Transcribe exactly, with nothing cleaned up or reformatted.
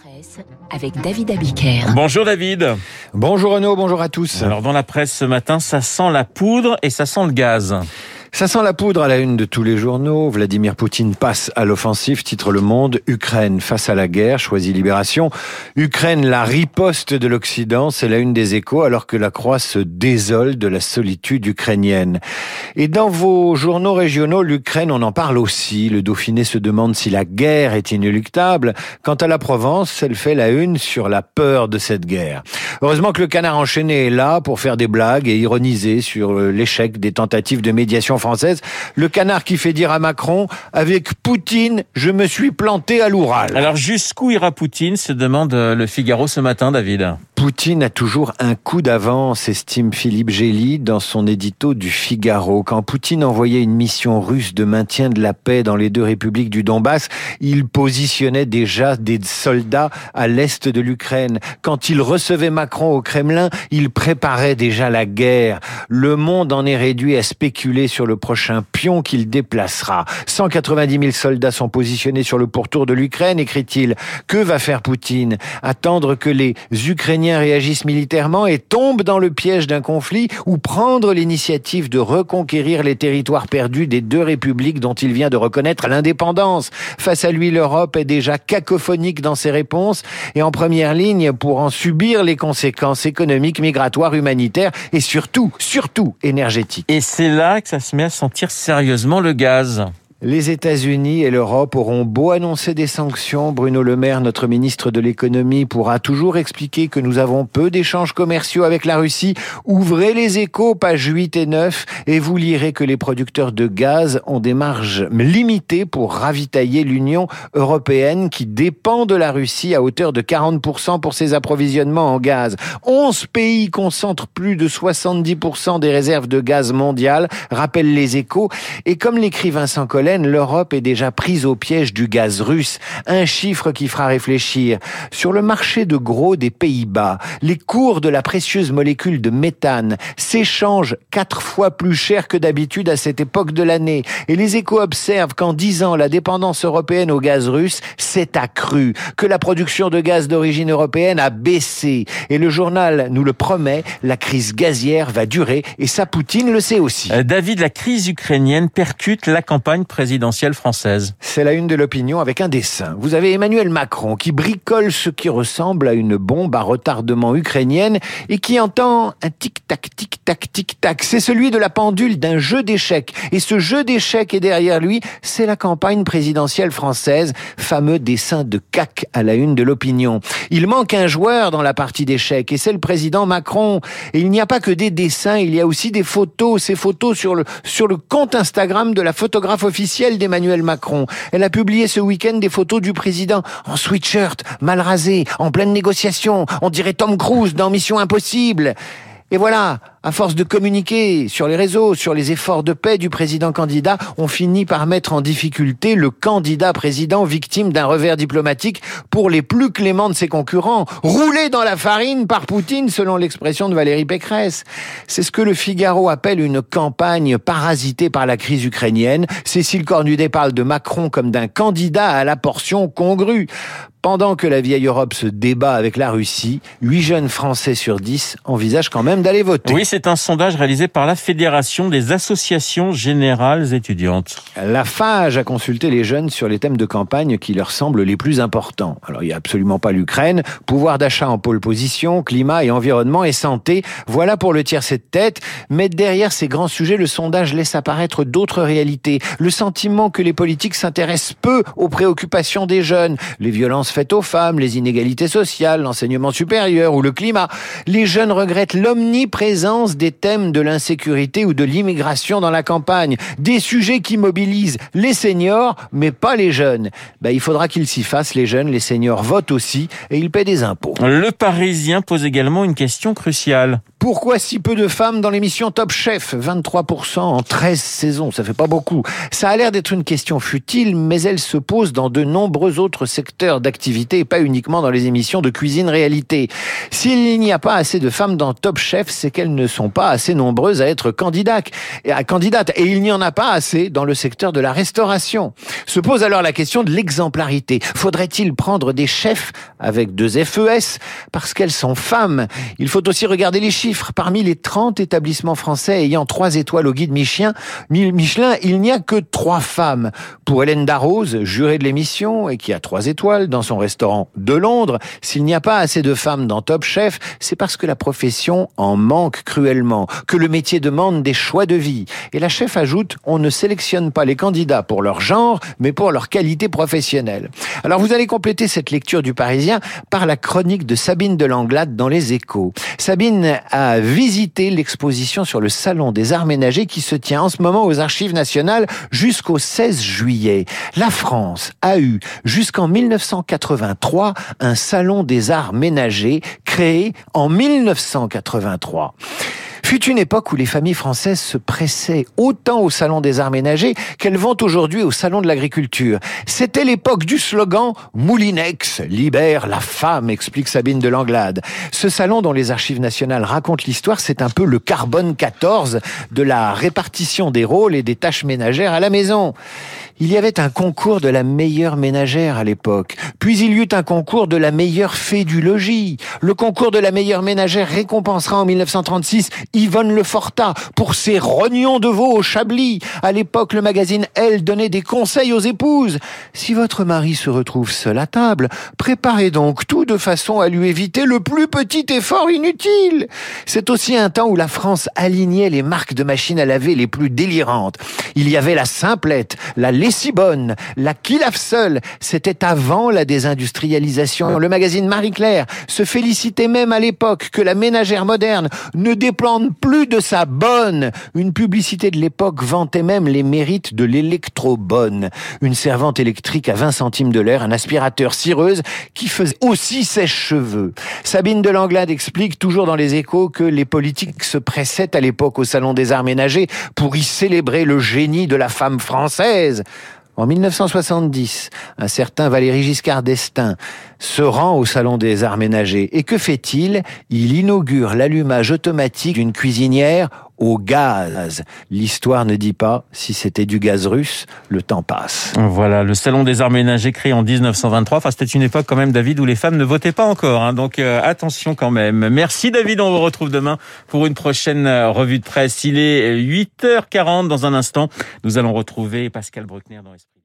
Presse avec David Abiker. Bonjour David. Bonjour Renaud, bonjour à tous. Alors dans la presse ce matin, ça sent la poudre et ça sent le gaz. Ça sent la poudre à la une de tous les journaux. Vladimir Poutine passe à l'offensive, titre Le Monde. Ukraine face à la guerre, choisit Libération. Ukraine, la riposte de l'Occident, c'est la une des Échos, alors que la croix se désole de la solitude ukrainienne. Et dans vos journaux régionaux, l'Ukraine, on en parle aussi. Le Dauphiné se demande si la guerre est inéluctable. Quant à la Provence, elle fait la une sur la peur de cette guerre. Heureusement que le Canard enchaîné est là pour faire des blagues et ironiser sur l'échec des tentatives de médiation française. Le Canard qui fait dire à Macron, avec Poutine, je me suis planté à l'Oural. Alors jusqu'où ira Poutine, se demande le Figaro ce matin, David. Poutine a toujours un coup d'avance, estime Philippe Gély dans son édito du Figaro. Quand Poutine envoyait une mission russe de maintien de la paix dans les deux républiques du Donbass, il positionnait déjà des soldats à l'est de l'Ukraine. Quand il recevait Macron au Kremlin, il préparait déjà la guerre. Le monde en est réduit à spéculer sur le prochain pion qu'il déplacera. cent quatre-vingt-dix mille soldats sont positionnés sur le pourtour de l'Ukraine, écrit-il. Que va faire Poutine ? Attendre que les Ukrainiens réagissent militairement et tombent dans le piège d'un conflit, ou prendre l'initiative de reconquérir les territoires perdus des deux républiques dont il vient de reconnaître l'indépendance. Face à lui, l'Europe est déjà cacophonique dans ses réponses et en première ligne pour en subir les conséquences économiques, migratoires, humanitaires et surtout, surtout énergétiques. Et c'est là que ça se met à sentir sérieusement le gaz. Les États-Unis et l'Europe auront beau annoncer des sanctions, Bruno Le Maire, notre ministre de l'économie, pourra toujours expliquer que nous avons peu d'échanges commerciaux avec la Russie. Ouvrez les Échos, pages huit et neuf, et vous lirez que les producteurs de gaz ont des marges limitées pour ravitailler l'Union européenne qui dépend de la Russie à hauteur de quarante pour cent pour ses approvisionnements en gaz. onze pays concentrent plus de soixante-dix pour cent des réserves de gaz mondiales, rappellent les Échos, et comme l'écrit Vincent Collen, l'Europe est déjà prise au piège du gaz russe. Un chiffre qui fera réfléchir. Sur le marché de gros des Pays-Bas, les cours de la précieuse molécule de méthane s'échangent quatre fois plus cher que d'habitude à cette époque de l'année. Et les Échos observent qu'en dix ans, la dépendance européenne au gaz russe s'est accrue, que la production de gaz d'origine européenne a baissé. Et le journal nous le promet, la crise gazière va durer, et ça, Poutine le sait aussi. Euh, David, la crise ukrainienne percute la campagne présidentielle française. C'est la une de l'opinion avec un dessin. Vous avez Emmanuel Macron qui bricole ce qui ressemble à une bombe à retardement ukrainienne et qui entend un tic-tac, tic-tac, tic-tac. C'est celui de la pendule d'un jeu d'échecs. Et ce jeu d'échecs est derrière lui, c'est la campagne présidentielle française. Fameux dessin de C A C à la une de l'opinion. Il manque un joueur dans la partie d'échecs et c'est le président Macron. Et il n'y a pas que des dessins, il y a aussi des photos. Ces photos sur le, sur le compte Instagram de la photographe officielle d'Emmanuel Macron. Elle a publié ce week-end des photos du président en sweatshirt, mal rasé, en pleine négociation. On dirait Tom Cruise dans Mission Impossible. Et voilà, à force de communiquer sur les réseaux, sur les efforts de paix du président candidat, on finit par mettre en difficulté le candidat président victime d'un revers diplomatique pour les plus cléments de ses concurrents, roulé dans la farine par Poutine, selon l'expression de Valérie Pécresse. C'est ce que le Figaro appelle une campagne parasitée par la crise ukrainienne. Cécile Cornudet parle de Macron comme d'un candidat à la portion congrue. Pendant que la vieille Europe se débat avec la Russie, huit jeunes Français sur dix envisagent quand même d'aller voter. Oui, c'est un sondage réalisé par la Fédération des associations générales étudiantes. La FAGE a consulté les jeunes sur les thèmes de campagne qui leur semblent les plus importants. Alors, il n'y a absolument pas l'Ukraine, pouvoir d'achat en pôle position, climat et environnement et santé. Voilà pour le tiercé de tête. Mais derrière ces grands sujets, le sondage laisse apparaître d'autres réalités. Le sentiment que les politiques s'intéressent peu aux préoccupations des jeunes. Les violences faites aux femmes, les inégalités sociales, l'enseignement supérieur ou le climat. Les jeunes regrettent l'omniprésence des thèmes de l'insécurité ou de l'immigration dans la campagne. Des sujets qui mobilisent les seniors, mais pas les jeunes. Ben, il faudra qu'ils s'y fassent, les jeunes. Les seniors votent aussi et ils paient des impôts. Le Parisien pose également une question cruciale. Pourquoi si peu de femmes dans l'émission Top Chef? vingt-trois pour cent en treize saisons, ça fait pas beaucoup. Ça a l'air d'être une question futile, mais elle se pose dans de nombreux autres secteurs d'activité et pas uniquement dans les émissions de cuisine réalité. S'il n'y a pas assez de femmes dans Top Chef, c'est qu'elles ne sont pas assez nombreuses à être candidates. Et, à candidates. Et il n'y en a pas assez dans le secteur de la restauration. Se pose alors la question de l'exemplarité. Faudrait-il prendre des chefs avec deux F E S parce qu'elles sont femmes? Il faut aussi regarder les chiffres. Parmi les trente établissements français ayant trois étoiles au guide Michelin, Michelin, il n'y a que trois femmes. Pour Hélène Darroze, jurée de l'émission et qui a trois étoiles dans son restaurant de Londres, s'il n'y a pas assez de femmes dans Top Chef, c'est parce que la profession en manque cruellement, que le métier demande des choix de vie. Et la chef ajoute, on ne sélectionne pas les candidats pour leur genre, mais pour leur qualité professionnelle. Alors vous allez compléter cette lecture du Parisien par la chronique de Sabine de Langlade dans Les Échos. Sabine a visité l'exposition sur le Salon des Arts Ménagers qui se tient en ce moment aux Archives nationales jusqu'au seize juillet. La France a eu jusqu'en mille neuf cent quatre-vingt-trois un Salon des Arts Ménagers créé en mille neuf cent quatre-vingt-trois. Fut une époque où les familles françaises se pressaient autant au Salon des Arts Ménagers qu'elles vont aujourd'hui au Salon de l'Agriculture. C'était l'époque du slogan « Moulinex libère la femme », explique Sabine de Langlade. Ce salon dont les Archives nationales racontent l'histoire, c'est un peu le carbone quatorze de la répartition des rôles et des tâches ménagères à la maison. Il y avait un concours de la meilleure ménagère à l'époque. Puis il y eut un concours de la meilleure fée du logis. Le concours de la meilleure ménagère récompensera en mille neuf cent trente-six Yvonne Lefortat pour ses rognons de veau au Chablis. À l'époque, le magazine Elle donnait des conseils aux épouses. Si votre mari se retrouve seul à table, préparez donc tout de façon à lui éviter le plus petit effort inutile. C'est aussi un temps où la France alignait les marques de machines à laver les plus délirantes. Il y avait la Simplette, la Lessibonne, la Qui lave seule. C'était avant la désindustrialisation. Le magazine Marie-Claire se félicitait même à l'époque que la ménagère moderne ne déplante plus de sa bonne. Une publicité de l'époque vantait même les mérites de l'électro-bonne. Une servante électrique à vingt centimes de l'heure, un aspirateur cireuse qui faisait aussi sèche-cheveux. Sabine de Langlade explique toujours dans Les Échos que les politiques se pressaient à l'époque au Salon des Arts Ménagers pour y célébrer le génie de la femme française. En mille neuf cent soixante-dix, un certain Valéry Giscard d'Estaing se rend au Salon des Arts Ménagers. Et que fait-il? Il inaugure l'allumage automatique d'une cuisinière au gaz. L'histoire ne dit pas si c'était du gaz russe, le temps passe. Voilà, le Salon des Arts Ménagers créé en dix-neuf cent vingt-trois. Enfin, c'était une époque quand même, David, où les femmes ne votaient pas encore. Hein, donc euh, attention quand même. Merci David, on vous retrouve demain pour une prochaine revue de presse. Il est huit heures quarante dans un instant. Nous allons retrouver Pascal Bruckner dans Esprit.